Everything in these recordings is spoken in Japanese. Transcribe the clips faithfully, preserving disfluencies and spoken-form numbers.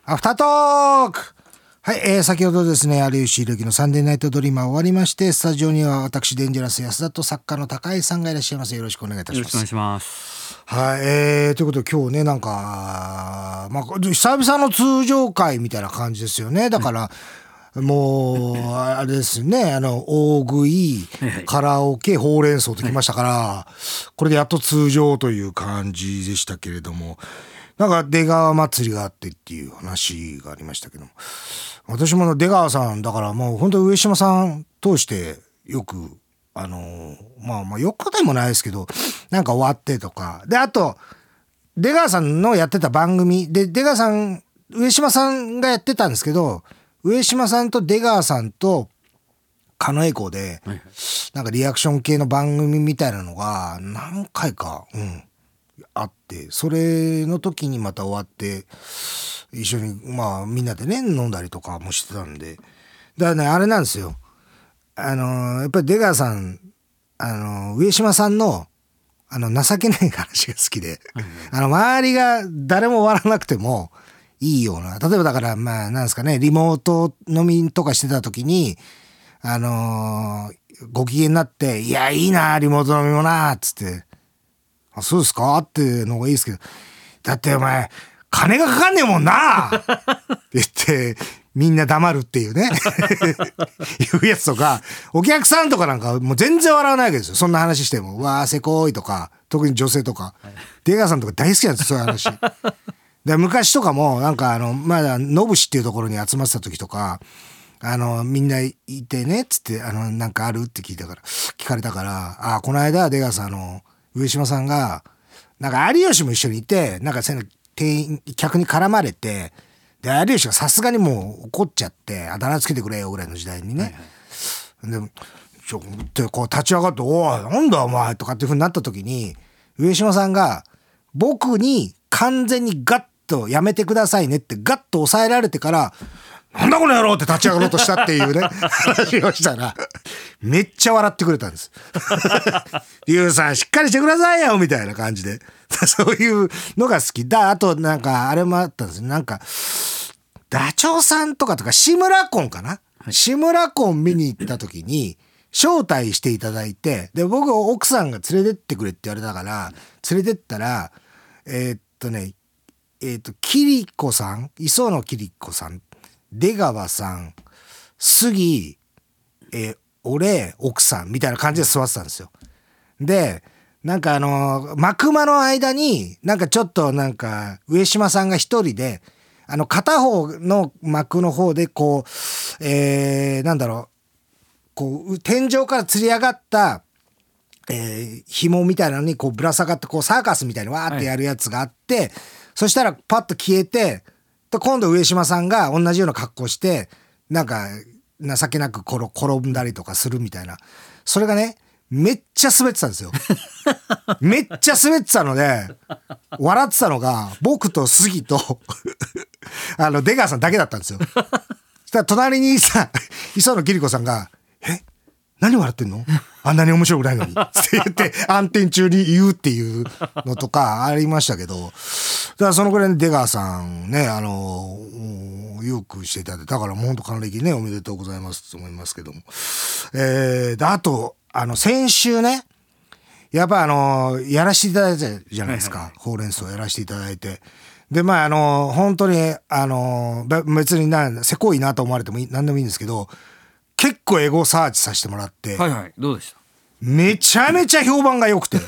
アフタートーク。はい、えー、先ほどですね、有吉弘行のサンデーナイトドリーマー終わりまして、スタジオには私デンジャラス安田と作家の高井さんがいらっしゃいます。よろしくお願いいたします。 よろしくお願いします。 はい、えー、ということで今日ね、なんか、まあ、久々の通常会みたいな感じですよね。だから、うん、もう、あれですね、あの、大食い、カラオケ、ほうれん草ときましたから、はい、これでやっと通常という感じでしたけれども、なんか出川祭りがあってっていう話がありましたけども、私も出川さんだからもう本当上島さん通してよくあのまあまあよくでもないですけど、なんか終わってとかで、あと出川さんのやってた番組で出川さん上島さんがやってたんですけど、上島さんと出川さんと狩野英孝でなんかリアクション系の番組みたいなのが何回かうんあって、それの時にまた終わって一緒にまあみんなでね飲んだりとかもしてたんで、だからねあれなんですよ、あのやっぱり出川さんあの上島さんのあの情けない話が好きで、あの周りが誰も笑わなくてもいいような、例えばだからまあなんですかね、リモート飲みとかしてた時にあのご機嫌になって、いやいいなリモート飲みもなっつって、あそうですかっていうのがいいですけど、だってお前金がかかんねえもんなって言ってみんな黙るっていうねいうやつとか、お客さんとかなんかもう全然笑わないわけですよ。そんな話してもわーせこいとか、特に女性とか出川さんとか大好きなんですよ、そういう話で。昔とかもなんかあのまだ野伏っていうところに集まってた時とか、あのみんないてねっつって、あのなんかあるって聞いたから聞かれたから、あこの間出川さんあの上島さんがなんか有吉も一緒にいて、なんか店員客に絡まれて、で有吉がさすがにもう怒っちゃって、あだ名つけてくれよぐらいの時代にね、はいはい、でちょってこう立ち上がって、おいなんだお前とかっていう風になった時に、上島さんが僕に完全にガッとやめてくださいねってガッと抑えられてから、なんだこの野郎って立ち上がろうとしたっていうね話をしたらめっちゃ笑ってくれたんですリュウさんしっかりしてくださいよみたいな感じでそういうのが好きだ。あとなんかあれもあったんですよ、なんかダチョウさんとかとか志村コンかな、はい、志村コン見に行った時に招待していただいて、で僕奥さんが連れてってくれって言われたから連れてったら、えー、っとねえー、っとキリコさん、磯野キリコさん、出川さん、杉、えー、俺、奥さんみたいな感じで座ってたんですよ。で、なんかあのー、幕間の間になんかちょっとなんか上島さんが一人で、あの片方の幕の方でこう、えー、なんだろう、こう天井から吊り上がった、えー、紐みたいなのにこうぶら下がってこうサーカスみたいにわーってやるやつがあって、はい、そしたらパッと消えて、今度上島さんが同じような格好してなんか情けなく転んだりとかするみたいな、それがねめっちゃ滑ってたんですよめっちゃ滑ってたので笑ってたのが僕と杉とあの出川さんだけだったんですよ。そしたら隣にさ磯野キリコさんがえ何笑ってんのあんなに面白くないのにって言って暗転中に言うっていうのとかありましたけど、だからそのぐらいに出川さんね、あのよくしていただいて、だからもうほんと還暦ねおめでとうございますと思いますけども、えー、であとあの先週ねやっぱあのやらせていただいたじゃないですか、はいはい、ほうれん草やらせていただいて、でまああの本当にあの別になせこいなと思われても何でもいいんですけど、結構エゴサーチさせてもらって、 はいはい、どうでした？ めちゃめちゃ評判が良くて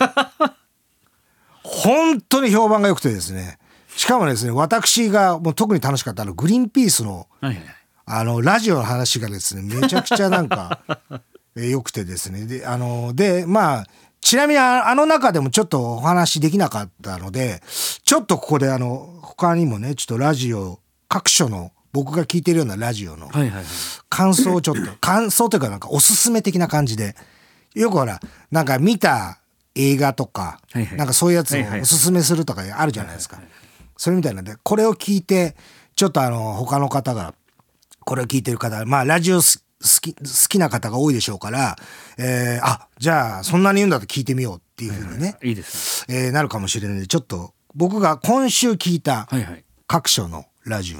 本当に評判が良くてですね、しかもですね私がもう特に楽しかったあのグリーンピースの、はいはい、あのラジオの話がですねめちゃくちゃなんか良くてですね、であのでまあちなみにあの中でもちょっとお話できなかったので、ちょっとここであの他にもねちょっとラジオ各所の僕が聞いてるようなラジオの感想をちょっと感想というかなんかおすすめ的な感じで、よくほらなんか見た映画とかなんかそういうやつをおすすめするとかあるじゃないですか。それみたいなんでこれを聞いてちょっとあの他の方がこれを聞いてる方、まあラジオ好き好きな方が多いでしょうから、えー、あじゃあそんなに言うんだと聞いてみようっていう風にね、 いいですね、 えー、なるかもしれないので、ちょっと僕が今週聞いた各所のラジオの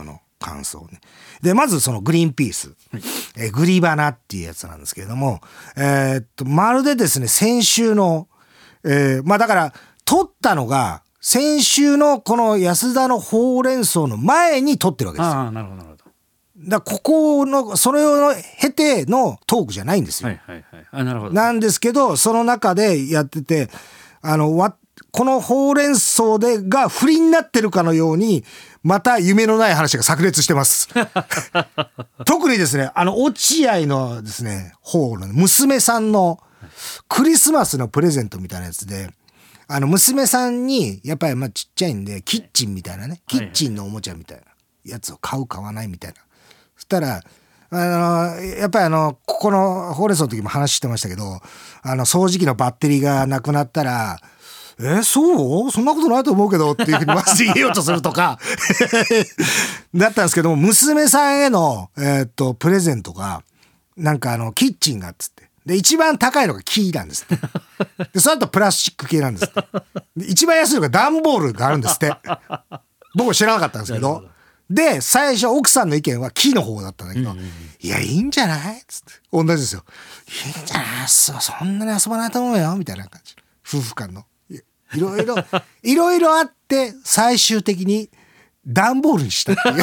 感想ね。でまずそのグリーンピース、はい、えグリバナっていうやつなんですけれども、えー、っとまるでですね先週の、えー、まあだから撮ったのが先週のこの安田のほうれん草の前に撮ってるわけですよ。 あ、なるほどなるほど。 だからここのそれを経てのトークじゃないんですよ。 はいはいはい。あ、なるほど。 なんですけどその中でやっててあのわこのほうれん草でが不利になってるかのようにまた夢のない話が炸裂してます特にですねあの落合のですね方の娘さんのクリスマスのプレゼントみたいなやつであの娘さんにやっぱりまあちっちゃいんでキッチンみたいなねキッチンのおもちゃみたいなやつを買う買わないみたいなそしたらあのやっぱりあのここのほうれん草の時も話してましたけどあの掃除機のバッテリーがなくなったらえそうそんなことないと思うけどっていうふうにまず言おうとするとかだったんですけども娘さんへの、えー、っとプレゼントがなんかあのキッチンがっつってで一番高いのが木なんですってでその後プラスチック系なんですってで一番安いのが段ボールがあるんですって僕知らなかったんですけどで最初奥さんの意見は木の方だったんだけど、うんうんうん、いやいいんじゃないっつって同じですよいいんじゃないそんなに遊ばないと思うよみたいな感じ夫婦間のいろいろいろいろあって最終的に段ボールにしたっていう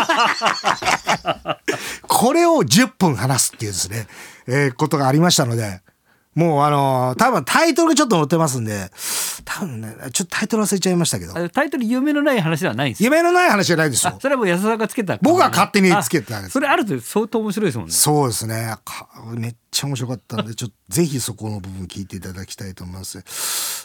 これをじゅっぷん話すっていうですね、えー、ことがありましたのでもうあのー、多分タイトルがちょっと載ってますんで多分ねちょっとタイトル忘れちゃいましたけどタイトル夢のない話ではないんですよ。 夢のない話じゃないですよ。 それはもう安田がつけた僕が勝手につけたんです。 それあると相当面白いですもんね。 そうですねめっちゃ面白かったんでちょっとぜひそこの部分聞いていただきたいと思います。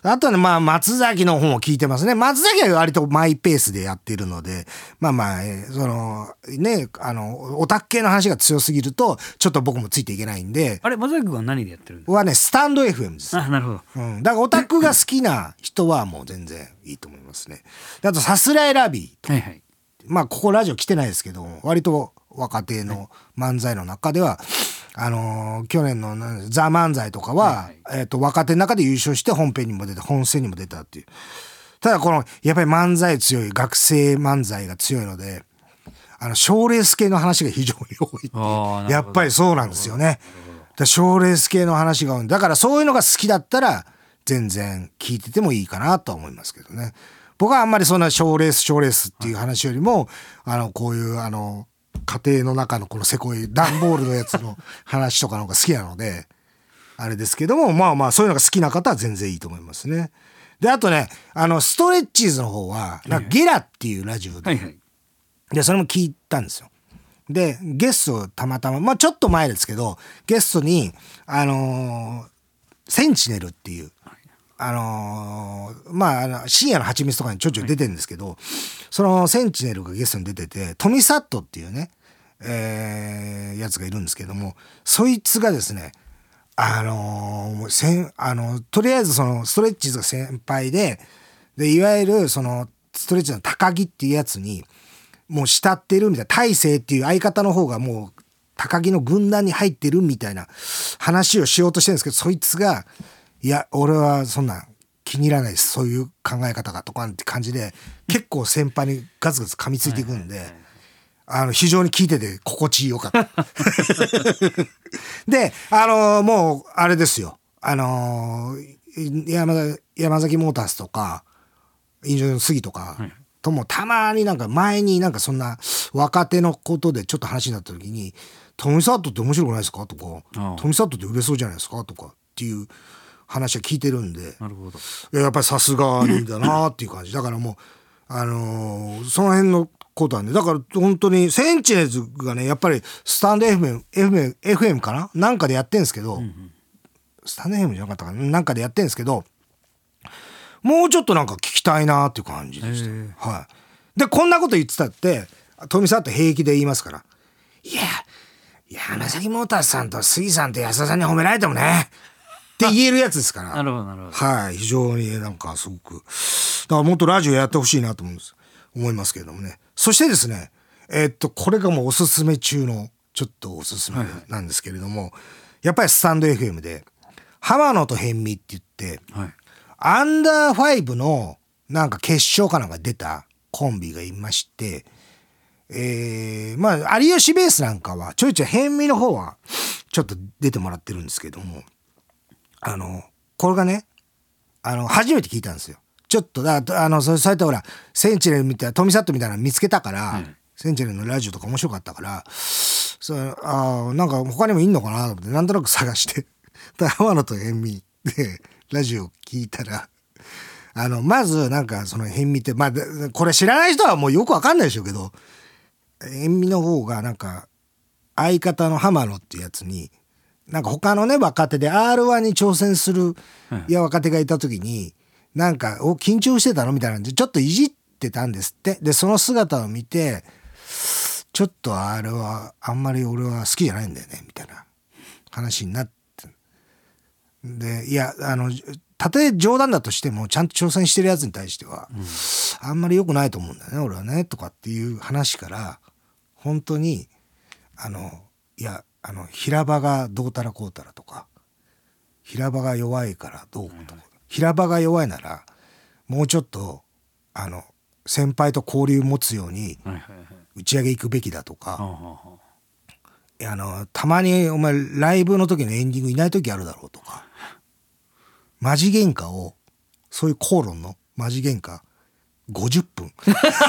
あとはねまあ松崎の方も聞いてますね。松崎は割とマイペースでやっているのでまあまあ、えー、そのねあのオタク系の話が強すぎるとちょっと僕もついていけないんで。 あれ松崎君は何でやってるんですか。 はねスタンド エフエム です。 あ、なるほど、 うん、だからオタクが好きな人はもう全然いいと思いますね。あとさすらいラビー、はいはい、まあここラジオ来てないですけど割と若手の漫才の中では、あのー、去年のザ漫才とかは、はいはい、えー、と若手の中で優勝して本編にも出て本戦にも出たっていう。ただこのやっぱり漫才強い学生漫才が強いのであの賞レース系の話が非常に多いっていうやっぱりそうなんですよね。賞レース系の話が多いだからそういうのが好きだったら全然聞いててもいいかなとは思いますけどね。僕はあんまりそんな賞レース賞レースっていう話よりもあのこういうあの家庭の中のこのせこい段ボールのやつの話とかの方が好きなのであれですけどもまあまあそういうのが好きな方は全然いいと思いますね。であとねあのストレッチーズの方はなんかゲラっていうラジオで、はいはい、でそれも聞いたんですよ。でゲストたまたままあちょっと前ですけどゲストにあのー、センチネルっていうあのー、まああの深夜の蜂蜜とかにちょいちょい出てるんですけど、はい、そのセンチネルがゲストに出ててトミサットっていうね、えー、やつがいるんですけどもそいつがですねあのー、せんあのとりあえずそのストレッチーズが先輩ででいわゆるそのストレッチーズの高木っていうやつにもう慕ってるみたいな大勢っていう相方の方がもう高木の軍団に入ってるみたいな話をしようとしてるんですけどそいつがいや俺はそんな気に入らないですそういう考え方がとかって感じで結構先輩にガツガツ噛みついていくんであの非常に聞いてて心地よかったであのもうあれですよあの山山崎モータースとかインジョン杉とか、はいともたまになんか前になんかそんな若手のことでちょっと話になった時にトミサットって面白くないですかとかトミサットって売れそうじゃないですかとかっていう話は聞いてるんでなるほどやっぱりさすがにだなっていう感じだからもうあのー、その辺のことはねだから本当にセンチネルズがねやっぱりスタンド エフエム, エフエム, エフエムかななんかでやってんですけど、うんうん、スタンド エフエムじゃなかったかななんかでやってんですけどもうちょっとなんか聞きたいなっていう感じでした、はい、でこんなこと言ってたって富澤って平気で言いますからいや山崎モーターさんと杉さんと安田さんに褒められてもねって言えるやつですからなるほどなるほどはい非常になんかすごくだからもっとラジオやってほしいなと思うんです思いますけれどもね。そしてですねえー、っとこれがもうおすすめ中のちょっとおすすめなんですけれども、はいはい、やっぱりスタンド エフエム で浜野と辺見って言って、はいアンダーファイブのなんか決勝かなんか出たコンビがいまして、えまあ有吉ベースなんかはちょいちょい辺見の方はちょっと出てもらってるんですけども、あのこれがねあの初めて聞いたんですよ。ちょっとだあのそうやってほらセンチネルみたいなトミサットみたいなの見つけたから、うん、センチネルのラジオとか面白かったから、そあなんか他にもいんのかなと思ってなんとなく探して天野と辺見でラジオ聞いたら、あのまずなんかその辺見ってまあこれ知らない人はもうよくわかんないでしょうけど、辺見の方がなんか相方の浜野っていうやつになんか他のね若手で アールワン に挑戦するいや若手がいた時になんかお緊張してたのみたいなんでちょっといじってたんですって。でその姿を見てちょっとあれはあんまり俺は好きじゃないんだよねみたいな話になって、でいやあのたとえ冗談だとしてもちゃんと挑戦してるやつに対しては、うん、あんまり良くないと思うんだよね俺はねとかっていう話から本当にあのいやあの平場がどうたらこうたらとか平場が弱いからどうとか、うん、平場が弱いならもうちょっとあの先輩と交流持つように打ち上げ行くべきだとか、はいはいはい、あのたまにお前ライブの時のエンディングいない時あるだろうとか、マジ喧嘩をそういう口論のマジ喧嘩ごじゅっぷん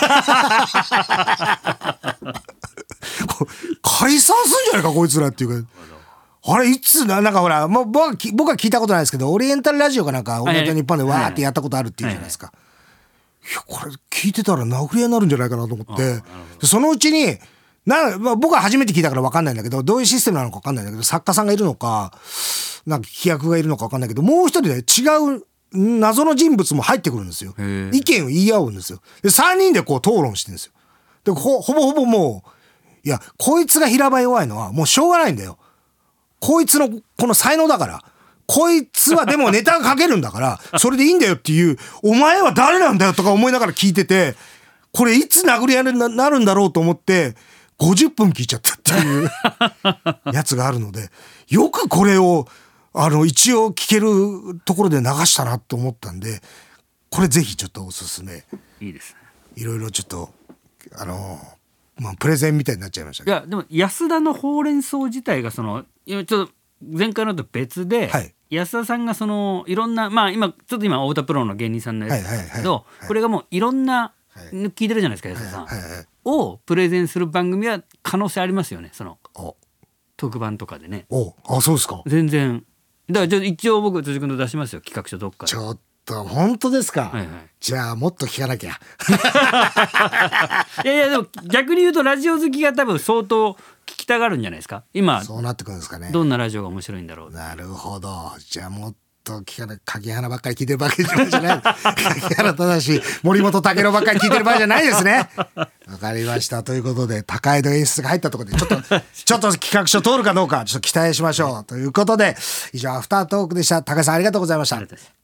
解散すんじゃないかこいつらっていうか、あれいつな、なんかほらもう僕は僕は聞いたことないですけどオリエンタルラジオかなんかオールナイトニッポンでわーってやったことあるっていうじゃないですか、はいはいいやこれ聞いてたら殴り合いになるんじゃないかなと思って、でそのうちにな、まあ、僕は初めて聞いたから分かんないんだけどどういうシステムなのか分かんないんだけど作家さんがいるのかなんか規約がいるのか分かんないけどもう一人で違う謎の人物も入ってくるんですよ。意見を言い合うんですよ。でさんにんでこう討論してるんですよ。で ほ, ほぼほぼもういやこいつが平場弱いのはもうしょうがないんだよ。こいつのこの才能だからこいつはでもネタが書けるんだからそれでいいんだよっていうお前は誰なんだよとか思いながら聞いててこれいつ殴り合いになるんだろうと思ってごじゅっぷん聞いちゃったっていうやつがあるのでよくこれをあの一応聞けるところで流したなと思ったんでこれぜひちょっとおすすめ。 いいですね。 いろいろちょっとあのまあプレゼンみたいになっちゃいましたけど、 いやでも安田のほうれん草自体がそのちょっと前回のと別で、はい、安田さんがそのいろんなまあ今ちょっと今太田プロの芸人さんのやつですけど、はいはいはい、これがもういろんな、はい、聞いてるじゃないですか安田さん、はいはいはい、をプレゼンする番組は可能性ありますよね。その特番とかでね。 おあそうですか。 全然だからちょっと一応僕辻君と出しますよ企画書どっかで。 ちょっと本当ですか、はいはい、じゃあもっと聞かなきゃいやいやでも逆に言うとラジオ好きが多分相当聞きたがるんじゃないですか今。 そうなってくるんですかね。 どんなラジオが面白いんだろう。 なるほど。じゃあもっと聞かない柿花ばっかり聞いてるばっかりじゃない柿花正森本武郎ばっかり聞いてる場合じゃないですね。わかりました。ということで高井戸演出が入ったところでちょっとちょっと企画書通るかどうかちょっと期待しましょうということで以上アフタートークでした。高井さんありがとうございました。